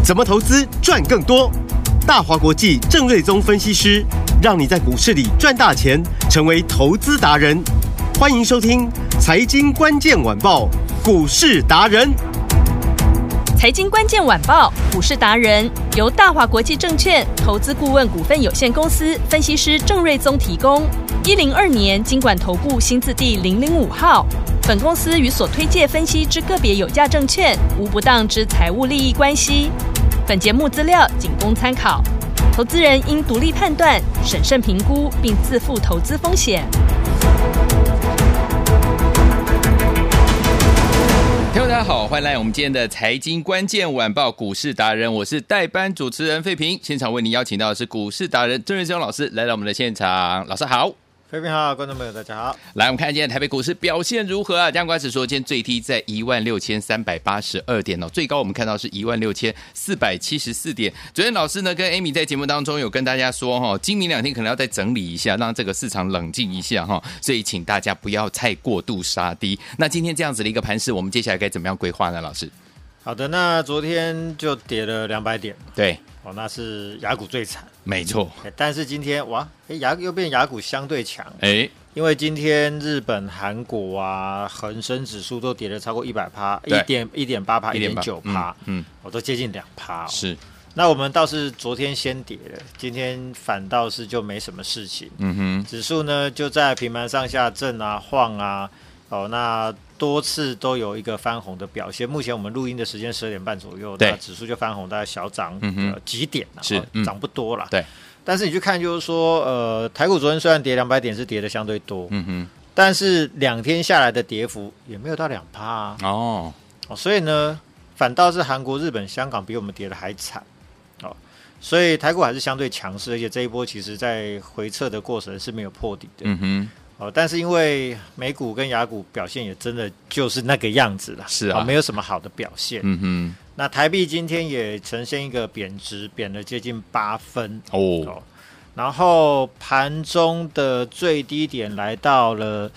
怎么投资赚更多？大华国际郑瑞宗分析师让你在股市里赚大钱，成为投资达人。欢迎收听《财经关键晚报》股市达人。 财经关键晚报股市达人由大华国际证券投资顾问股份有限公司分析师郑瑞宗提供。102年金管投顾新字第005号。本公司与所推介分析之个别有价证券无不当之财务利益关系。本节目资料仅供参考，投资人应独立判断、审慎评估，并自负投资风险。 听众大家好，欢迎来我们今天的财经关键晚报股市达人，我是代班主持人费平。现场为您邀请到的是股市达人郑瑞宗老师来到我们的现场，老师好。 飞平好，观众朋友大家好。 来，我们看今天台北股市表现如何啊？加权指数今天最低在16382点哦，最高我们看到是16474点。昨天老师呢跟 Amy 在节目当中有跟大家说哈，今明两天可能要再整理一下，让这个市场冷静一下哈，所以请大家不要太过度杀低。那今天这样子的一个盘势，我们接下来该怎么样规划呢？老师？ 好的，那昨天就跌了200点， 对， 哦，那是亚股最惨， 没错。 但是今天哇，又变亚股相对强，因为今天日本、韩国啊，恒生指数都跌了超过100%， 1.8%、1.9%，我都接近2%哦。 是。 那我们倒是昨天先跌了，今天反倒是就没什么事情。指数呢就在平盘上下震啊、晃啊，哦，那多次都有一个翻红的表现。目前我们录音的时间12点半左右，那指数就翻红，大概小涨几点啊？ 是， 涨不多啦。 对。 但是你去看，就是说，台股昨天虽然跌200点，是跌的相对多，但是2天下来的跌幅也没有到2%啊。哦，所以呢，反倒是韩国、日本、香港比我们跌的还惨。哦，所以台股还是相对强势，而且这一波其实在回撤的过程是没有破底的。但是因为美股跟亚股表现也真的就是那个样子了， 是啊， 没有什么好的表现。那台币今天也呈现一个贬值，贬了接近8分哦。然后盘中的最低点来到了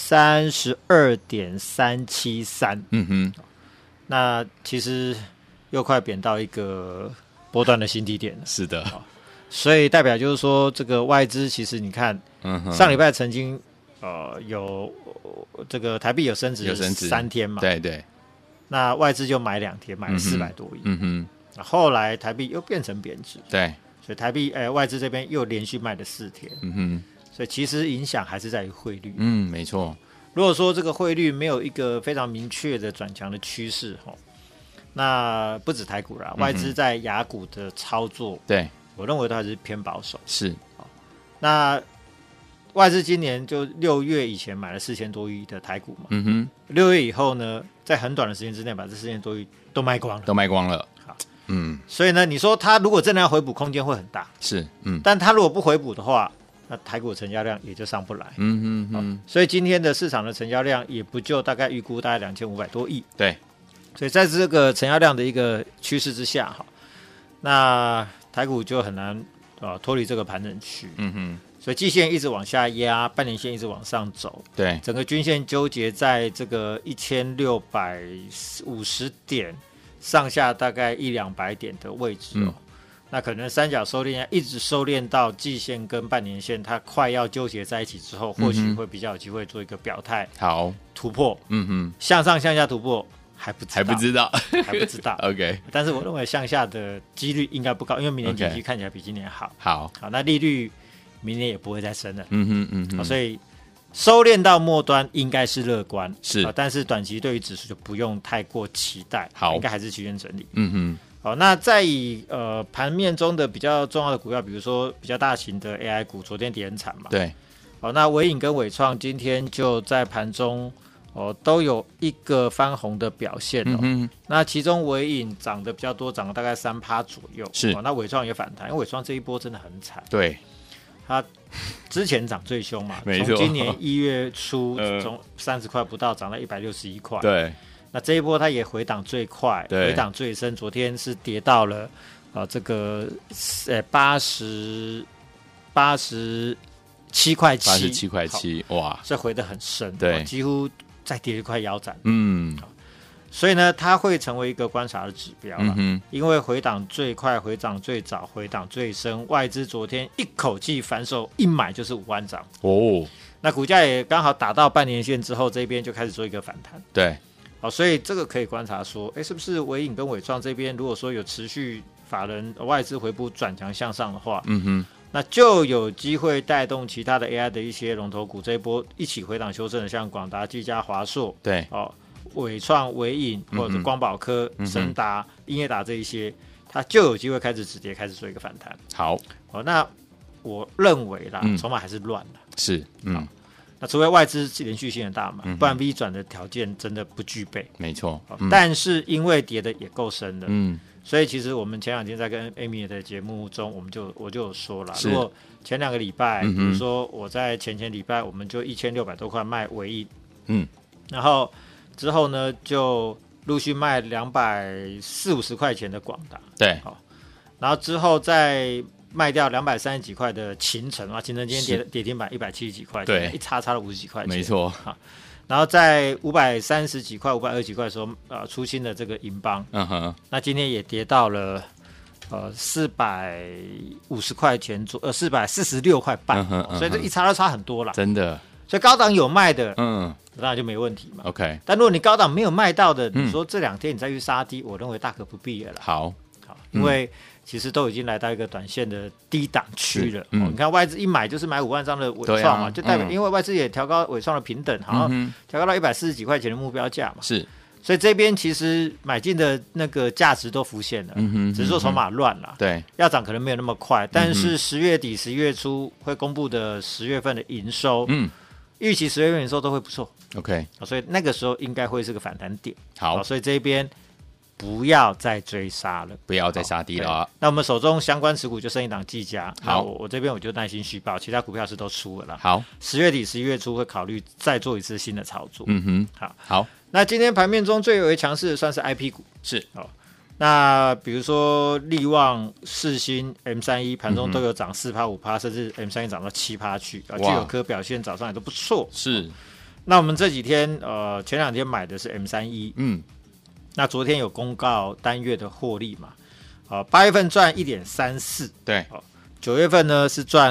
32.373。那其实又快贬到一个波段的新低点了。 是的， 所以代表就是说，这个外资其实你看，上礼拜曾经有这个台币有升值3天嘛， 对对。 那外资就买2天，买了400多亿。后来台币又变成贬值， 对， 所以台币外资这边又连续卖了4天。所以其实影响还是在于汇率。 没错。 如果说这个汇率没有一个非常明确的转强的趋势，那不止台股啦，外资在亚股的操作， 对， 我认为都还是偏保守。 是。 那外资今年就6月以前买了4000多亿的台股嘛，6月以后呢，在很短的时间之内把这4000多亿都卖光了，好，所以呢，你说他如果真的要回补，空间会很大， 是， 但他如果不回补的话，那台股的成交量也就上不来，所以今天的市场的成交量也不就大概预估大概2500多亿， 对， 所以在这个成交量的一个趋势之下，那台股就很难脱离这个盘整区，所以季线一直往下压，半年线一直往上走， 对，整个均线纠结在这个1650点上下，大概100-200点的位置那可能三角收敛一直收敛到季线跟半年线，它快要纠结在一起之后，或许会比较有机会做一个表态， 好突破，向上向下突破还不知道 OK， 但是我认为向下的几率应该不高，因为明年景气看起来比今年好，那利率明年也不会再升了，所以收敛到末端应该是乐观， 是， 但是短期对于指数就不用太过期待， 好， 应该还是区间整理，好，那再以盘面中的比较重要的股票，比如说比较大型的 AI 股，昨天跌很惨嘛， 对， 好，那伟影跟伟创今天就在盘中都有一个翻红的表现那其中伟影涨得比较多，涨了大概3%左右， 是， 那伟创也反弹，因为伟创这一波真的很惨， 对。 它之前涨最凶嘛，从今年1月初从30块不到涨到161块， 对。 那这一波它也回档最快，回档最深，昨天是跌到了这个87块7， 哇， 这回得很深， 对， 几乎再跌就快腰斩， 所以呢，它会成为一个观察的指标了。因为回档最快、回档最早、回档最深，外资昨天一口气反手一买就是5万张哦。那股价也刚好打到半年线之后，这边就开始做一个反弹。 对， 好，所以这个可以观察说，是不是伟影跟伟创这边，如果说有持续法人外资回补转强向上的话，那就有机会带动其他的 AI 的一些龙头股这一波一起回档修正的，像广达、技嘉、华硕， 对， 伟创、伟影或者是光宝科、昇達、英业达这一些，它就有机会开始止跌，开始做一个反弹。 好， 那我认为啦，筹码还是乱了。 是， 那除非外资连续性的大买，不然 V 转的条件真的不具备。 没错， 但是因为跌的也够深了，所以其实我们前2天在跟 Amy 的节目中，我就有说了，如果前2个礼拜，比如说我在前礼拜，我们就1600多块卖伟影，然后之后呢就陆续卖240-250块钱的广达， 对， 好，然后之后再卖掉230几块的勤诚啊，勤诚今天跌停板170几块钱， 对， 一差了50几块钱， 没错， 然后在530几块、520几块的时候，出新的这个银邦，那今天也跌到了450块钱446块半，所以这一差都差很多了， 真的。 所以高档有卖的，当然就没问题嘛。 OK， 但如果你高档没有卖到的，你说这2天你再去杀低，我认为大可不必了啦。 好， 因为其实都已经来到一个短线的低档区了。你看外资一买就是买5万张的伟创嘛，就代表因为外资也调高伟创的平等，好像调高到140几块钱的目标价嘛。 是， 所以这边其实买进的那个价值都浮现了，只是说筹码乱了。 对， 要涨可能没有那么快，但是10月底、11月初会公布的10月份的营收，预期10月份营收都会不错。 OK， 所以那个时候应该会是个反弹点。 好， 所以这边不要再追杀了， 不要再杀低了。 那我们手中相关持股就剩一档技嘉。 好， 我这边我就耐心续报，其他股票是都出了啦。 好 ，10月底、11月初会考虑再做一次新的操作。好。那今天盘面中最为强势的算是 IP 股， 是那比如说力旺、世芯、M31 盘中都有涨4%、5%，甚至 M31 涨到7%去啊。聚友科表现早上也都不错。 是。 那我们这几天前2天买的是 M31，那昨天有公告单月的获利嘛，8月份赚 1.34， 对，9月份呢是赚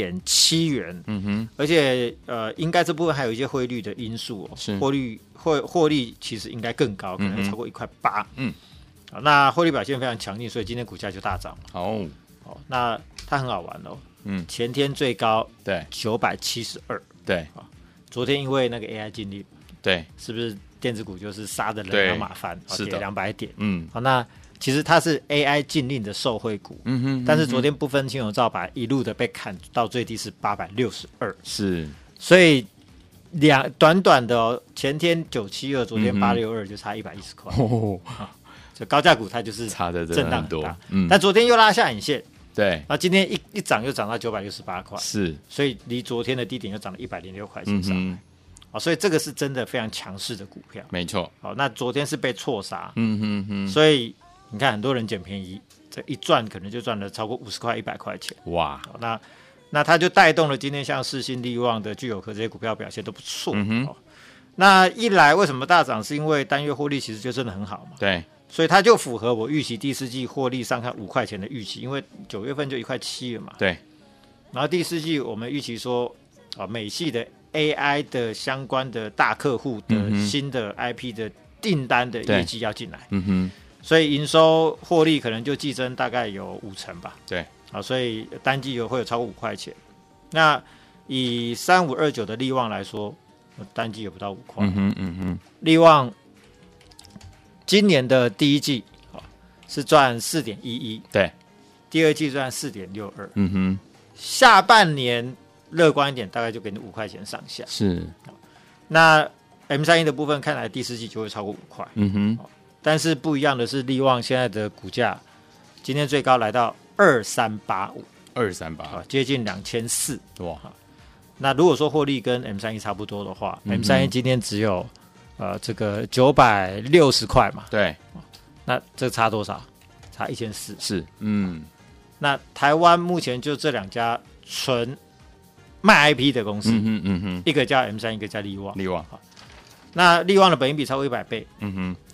1.7 元，而且应该这部分还有一些汇率的因素获利其实应该更高，可能超过1.8块。那获利表现非常强劲，所以今天股价就大涨。那它很好玩哦。前天最高对972， 对， 昨天因为那个 AI 禁令， 对， 是不是电子股就是杀的人仰马翻，跌200点？那其实它是 AI 禁令的受惠股，但是昨天不分青红皂白，一路的被砍到最低是862， 是， 所以短短的前天972，昨天862，就差110块。这高价股它就是差的震荡很多， 但昨天又拉下影线， 对， 那今天一涨又涨到968块， 是，所以离昨天的低点又涨了106块钱上来，所以这个是真的非常强势的股票， 没错。 那昨天是被错杀，所以你看很多人捡便宜，这一赚可能就赚了超过50块、100块钱，哇！那它就带动了今天像世芯、力旺的聚友科这些股票表现都不错。那一来为什么大涨？是因为单月获利其实就真的很好嘛，对。所以它就符合我预期第4季获利上看5块钱的预期，因为9月份就1.7块了嘛。对。然后第4季我们预期说，美系的 AI 的相关的大客户的新的 IP 的订单的业绩要进来，所以营收获利可能就季增大概有50%吧。对。所以单季会有超过5块钱。那以3529的力旺来说，单季有不到5块。力旺今年的第1季是赚 4.11， 对，第2季赚 4.62，下半年乐观一点，大概就给你5块钱上下。是，那 M31 的部分看来第4季就会超过5块。但是不一样的是，力旺现在的股价今天最高来到2385，接近2400。哇！那如果说获利跟 M31 差不多的话，M31 今天只有这个960块嘛，对，那这差多少？差1400。是，那台湾目前就这2家纯卖 IP 的公司，一个叫 M31，一个叫力旺。那力旺的本益比超过100倍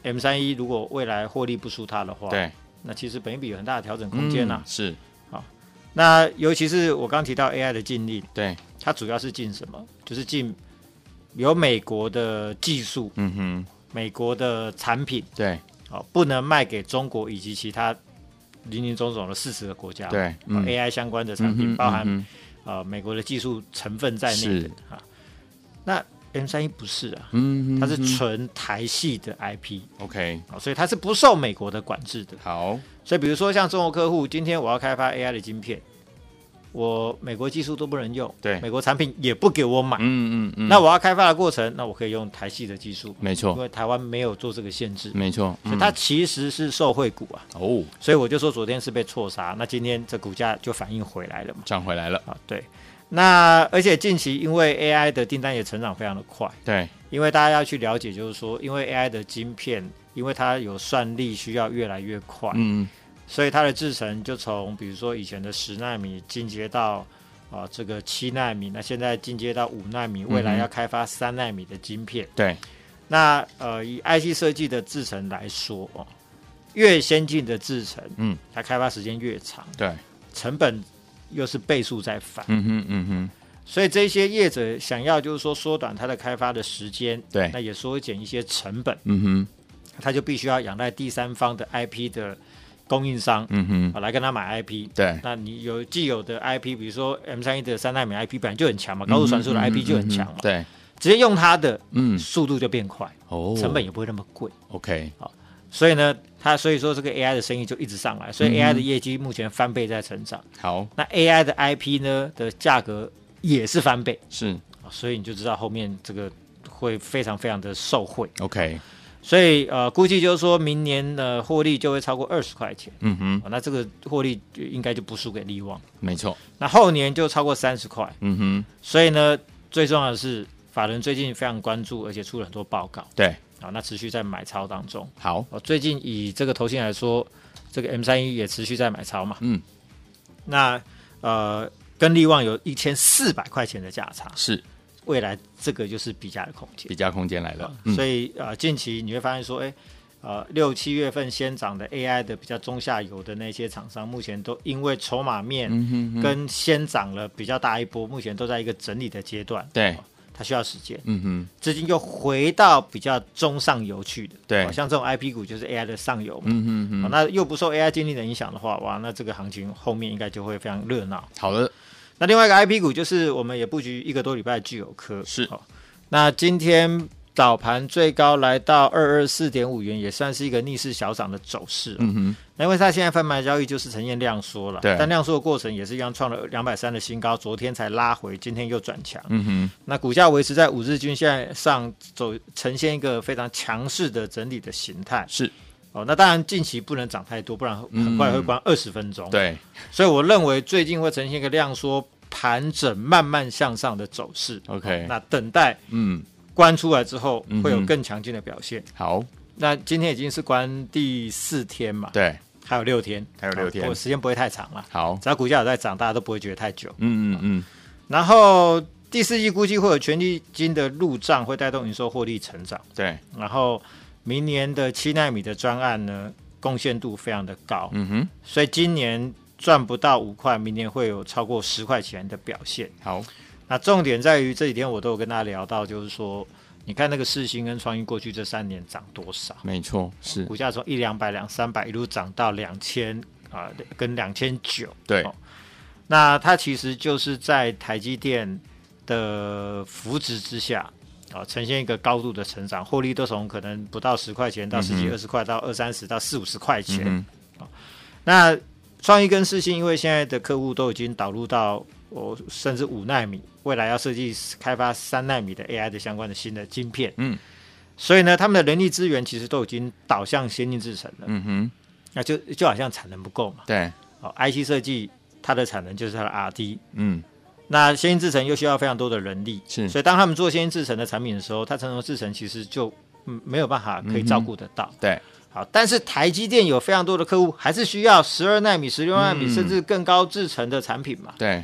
M31如果未来获利不输它的话， 对， 那其实本益比有很大的调整空间啊。 是， 好，那尤其是我刚提到 AI 的禁令， 对， 它主要是禁什么？就是禁有美国的技术，美国的产品， 对， 不能卖给中国以及其他林林总总的40个国家， 对 ，AI 相关的产品，包含美国的技术成分在内的啊。那 M31不是啊，它是纯台系的 IP，OK， 所以它是不受美国的管制的。 好， 所以比如说像中国客户，今天我要开发 AI 的晶片，我美国技术都不能用， 对， 美国产品也不给我买，那我要开发的过程，那我可以用台系的技术， 没错， 因为台湾没有做这个限制， 没错， 所以它其实是受惠股啊，所以我就说昨天是被错杀，那今天这股价就反应回来了嘛， 涨回来了啊，对。那而且近期因为 AI 的订单也成长非常的快， 对， 因为大家要去了解，就是说，因为 AI 的晶片，因为它有算力需要越来越快，所以它的制程就从比如说以前的10奈米进阶到这个7奈米，那现在进阶到5奈米，未来要开发3奈米的晶片， 对。 那以 IC 设计的制程来说，越先进的制程，它开发时间越长， 对， 成本又是倍数在翻，所以这些业者想要就是说缩短它的开发的时间， 对， 那也缩减一些成本，他就必须要仰赖第三方的 IP 的供应商，来跟他买 IP， 对， 那你有既有的 IP， 比如说 M31的3奈米 IP 本来就很强嘛，高速传输的 IP 就很强嘛， 对， 直接用它的，速度就变快，成本也不会那么贵 ，OK， 好，所以呢，所以说这个 AI 的生意就一直上来，所以 AI 的业绩目前翻倍在成长。 好， 那 AI 的 IP 呢的价格也是翻倍， 是， 所以你就知道后面这个会非常非常的受惠。 OK， 所以估计就是说明年的获利就会超过20块钱。那这个获利应该就不输给力旺， 没错。 那后年就超过30块。所以呢，最重要的是法人最近非常关注，而且出了很多报告。 对。 好，那持续在买超当中。 好， 最近以这个投信来说，这个 M31也持续在买超嘛。那跟力旺有1400块钱的价差， 是未来这个就是比价的空间， 比价空间来了。 所以近期你会发现说，6、7月份先涨的 AI 的比较中下游的那些厂商，目前都因为筹码面跟先涨了比较大一波，目前都在一个整理的阶段。 对。 它需要时间，资金又回到比较中上游去的， 对， 像这种 IP 股就是 AI 的上游嘛，那又不受 AI 禁令的影响的话，哇，那这个行情后面应该就会非常热闹。 好的， 那另外一个 IP 股就是我们也布局1个多礼拜的聚友科， 是， 那今天早盘最高来到224.5元，也算是一个逆势小涨的走势。那因为它现在贩卖交易就是呈现量缩了，但量缩的过程也是一样创了230的新高，昨天才拉回，今天又转强。那股价维持在5日均线上走，呈现一个非常强势的整理的形态。 是。 那当然近期不能涨太多，不然很快会关20分钟。 对， 所以我认为最近会呈现一个量缩盘整慢慢向上的走势。 OK， 那等待关出来之后会有更强劲的表现。 好， 那今天已经是关第4天嘛， 对， 还有6天，我时间不会太长了。 好， 只要股价有在涨，大家都不会觉得太久。然后第4季估计会有权利金的入账，会带动营收获利成长。 对， 然后明年的7奈米的专案呢，贡献度非常的高。所以今年赚不到5块，明年会有超过10块钱的表现。 好。 那重点在于这几天我都有跟大家聊到，就是说，你看那个世芯跟创意过去这3年涨多少？ 没错，是股价从100、200、300一路涨到2000跟2900。 对， 那它其实就是在台积电的扶植之下，呈现一个高度的成长，获利都从可能不到10块钱到10几20块，到20、30到40、50块钱。那创意跟世芯，因为现在的客户都已经导入到甚至5奈米，未来要设计开发3奈米的 AI 的相关的新的晶片，所以呢，他们的人力资源其实都已经导向先进制程了，那就好像产能不够嘛， 对 ，IC 设计它的产能就是它的 RD，那先进制程又需要非常多的人力， 是， 所以当他们做先进制程的产品的时候，它成熟制程其实就没有办法可以照顾得到， 对。 好，但是台积电有非常多的客户还是需要12奈米、16奈米，甚至更高制程的产品嘛， 对。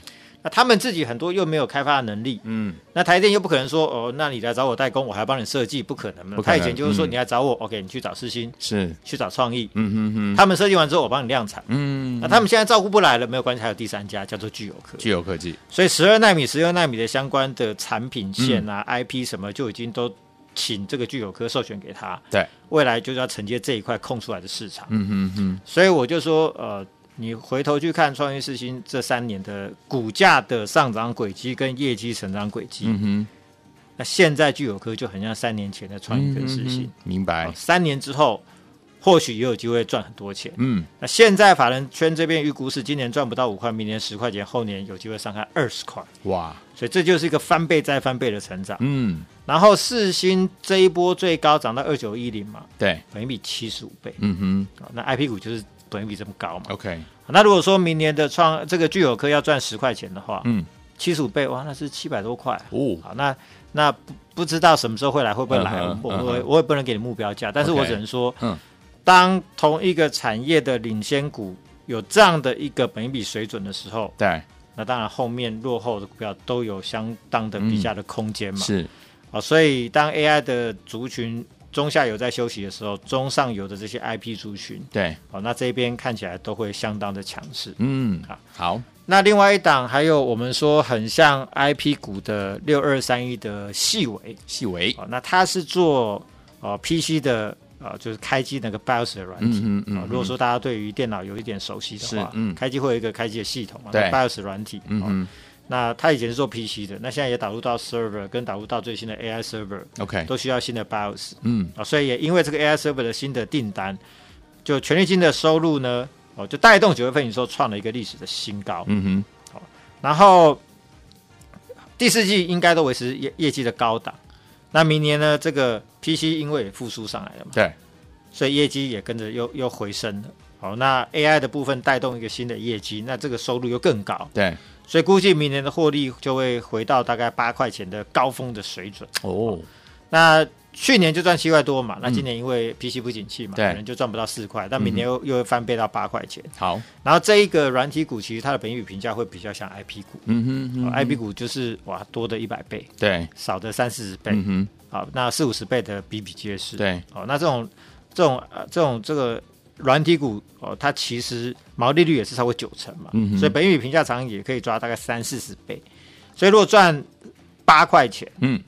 那他们自己很多又没有开发的能力，那台积电又不可能说哦，那你来找我代工，我还要帮你设计，不可能的。他以前就是说你来找我，OK， 你去找世芯， 是去找创意，他们设计完之后我帮你量产，那他们现在照顾不来了，没有关系，还有第三家叫做聚友科技，所以12奈米的相关的产品线啊、IP 什么就已经都请这个聚友科授权给他， 对， 未来就是要承接这一块空出来的市场，所以我就说你回头去看创意世芯这3年的股价的上涨轨迹跟业绩成长轨迹，那现在聚友科就很像3年前的创意跟世芯， 明白 ？3年之后或许也有机会赚很多钱，那现在法人圈这边预估是今年赚不到5块，明年10块钱，后年有机会上看20块，哇！所以这就是一个翻倍再翻倍的成长，然后世芯这一波最高涨到2910嘛， 对， 本益比75倍，那 IP 股就是本益比这么高嘛 ，OK。 那如果说明年的这个聚友科要赚10块钱的话，75倍哇，那是700多块哦。好，那不知道什么时候会来，会不会来？我也不能给你目标价，但是我只能说，当同一个产业的领先股有这样的一个本益比水准的时候， 对， 那当然后面落后的股票都有相当的比价的空间嘛。 是啊，所以当 AI 的族群中下游在休息的时候，中上游的这些 IP 族群， 对， 那这边看起来都会相当的强势。 好。 那另外一档还有我们说很像 IP 股的6231的细微，那它是做PC 的就是开机那个 BIOS 的软体。如果说大家对于电脑有一点熟悉的话，开机会有一个开机的系统嘛，对 BIOS 软体。那它以前是做 PC 的，那现在也导入到 server， 跟导入到最新的 AI server， 都需要新的 BIOS。所以也因为这个 AI server 的新的订单，就权利金的收入呢，就带动9月份营收创了一个历史的新高。然后第4季应该都维持业绩的高档。那明年呢，这个 PC 因为也复苏上来了嘛， 对， 所以业绩也跟着又回升了。好，那 AI 的部分带动一个新的业绩，那这个收入又更高。对。所以估计明年的获利就会回到大概8块钱的高峰的水准。那去年就赚7块多嘛，那今年因为 PC 不景气嘛，可能就赚不到4块，但明年又会翻倍到8块钱。好，然后这一个软体股其实它的本益比评价会比较像 IP 股，IP 股就是哇多的100倍，对，少的30-40倍，好，那40-50倍的比比皆是。对，好，那这个软体股它其实毛利率也是超过90%嘛，所以本益比评价常也可以抓大概30-40倍，所以如果赚8块钱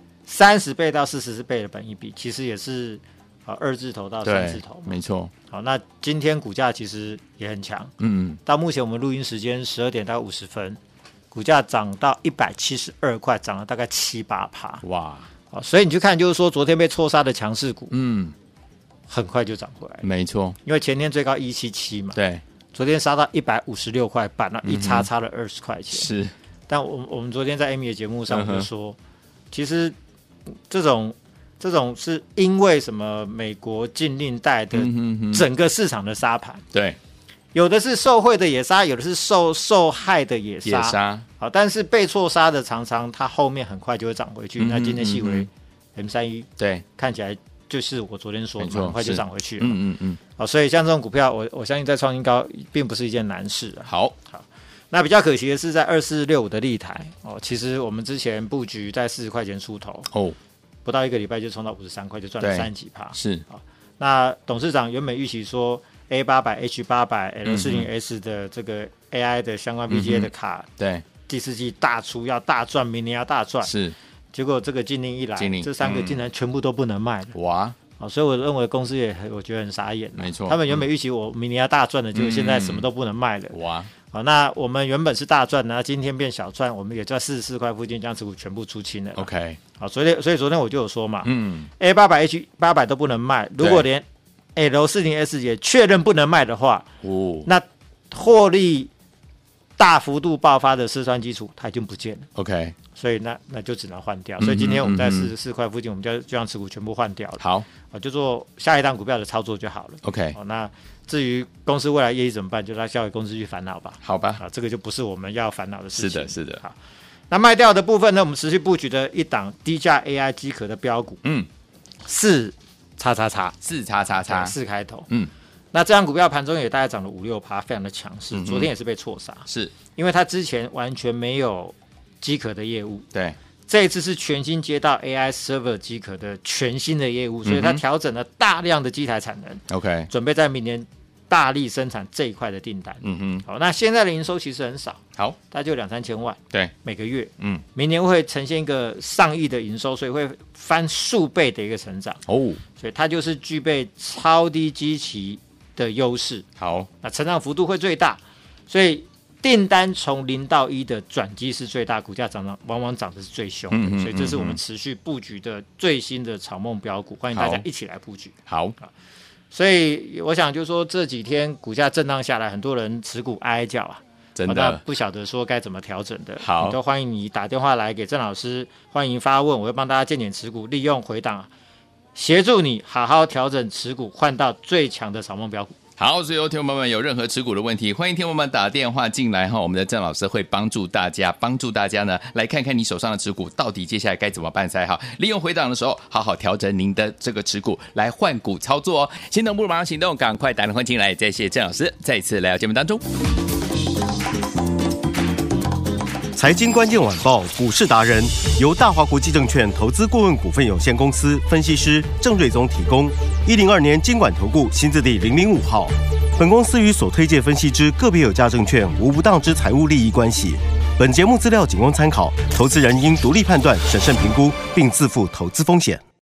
，30倍到40倍的本益比，其实也是2字头到3字头，没错。好，那今天股价其实也很强，到目前我们录音时间12点到50分，股价涨到172块，涨了大概7-8%，哇！好，所以你去看，就是说昨天被错杀的强势股，很快就涨回来，没错，因为前天最高177嘛，对，昨天杀到156块半，那一差了20块钱，是。但我们昨天在 Amy 的节目上就说，其实这种是因为什么？美国禁令带来的整个市场的杀盘，对，有的是受惠的也杀，有的是受害的也杀，好，但是被错杀的常常它后面很快就会涨回去。那今天细微 M31，对，看起来。就是我昨天说的，很快就涨回去了。好，所以像这种股票，我相信在创新高并不是一件难事啊。好，那比较可惜的是，在2465的立台其实我们之前布局在40块钱出头不到1个礼拜就冲到53块，就赚了30几%。是，那董事长原本预期说 A800、H800、L40S 的这个 AI 的相关 BGA 的卡，对，第4季大出要大赚，明年要大赚，是。结果这个禁令一来，这3个竟然全部都不能卖了，哇！所以我认为公司我觉得很傻眼，没错。他们原本预期我明年要大赚的，结果现在什么都不能卖了，哇！好，那我们原本是大赚，然后今天变小赚，我们也在44块附近将持股全部出清了。OK， 好，所以昨天我就有说嘛，A800、H800 都不能卖，如果连 L40S 也确认不能卖的话，那获利大幅度爆发的试算基础它已经不见了。OK。所以那就只能换掉，所以今天我们在44块附近，我们就让持股全部换掉了。好，就做下一档股票的操作就好了。OK，那至于公司未来业绩怎么办，就让交给公司去烦恼吧。好吧，这个就不是我们要烦恼的事情。是的。好，那卖掉的部分呢，我们持续布局的一档低价 AI 机壳的标股，4XXX，4开头， 那这张股票盘中也大概涨了5-6%，非常的强势。昨天也是被错杀， 是因为它之前完全没有机壳的业务， 对， 这一次是全新接到 AI server 机壳的全新的业务，所以它调整了大量的机台产能 ，OK， 准备在明年大力生产这一块的订单。好，那现在的营收其实很少， 好， 大概就2-3千万， 对， 每个月，明年会呈现一个上亿的营收，所以会翻数倍的一个成长哦，所以它就是具备超低基期的优势。 好， 那成长幅度会最大，所以订单从0到1的转机是最大，股价往往涨的是最凶的，所以这是我们持续布局的最新的草梦标股，欢迎大家一起来布局。 好， 所以我想就是说这几天股价震荡下来，很多人持股哀叫啊， 真的不晓得说该怎么调整的。 好， 都欢迎你打电话来给郑老师，欢迎发问，我会帮大家建点持股，利用回档协助你好好调整持股，换到最强的草梦标股。 好，所以听众朋友们有任何持股的问题，欢迎听众朋友们打电话进来哈，我们的郑老师会帮助大家呢来看看你手上的持股到底接下来该怎么办才好，利用回档的时候好好调整您的这个持股来换股操作哦。心动不如马上行动，赶快打电话进来。再谢谢郑老师再一次来到节目当中。 财经关键晚报股市达人由大华国际证券投资顾问股份有限公司分析师郑瑞宗提供，102年金管投顾新字第005号。本公司与所推介分析之个别有价证券无不当之财务利益关系。本节目资料仅供参考，投资人应独立判断、审慎评估，并自负投资风险。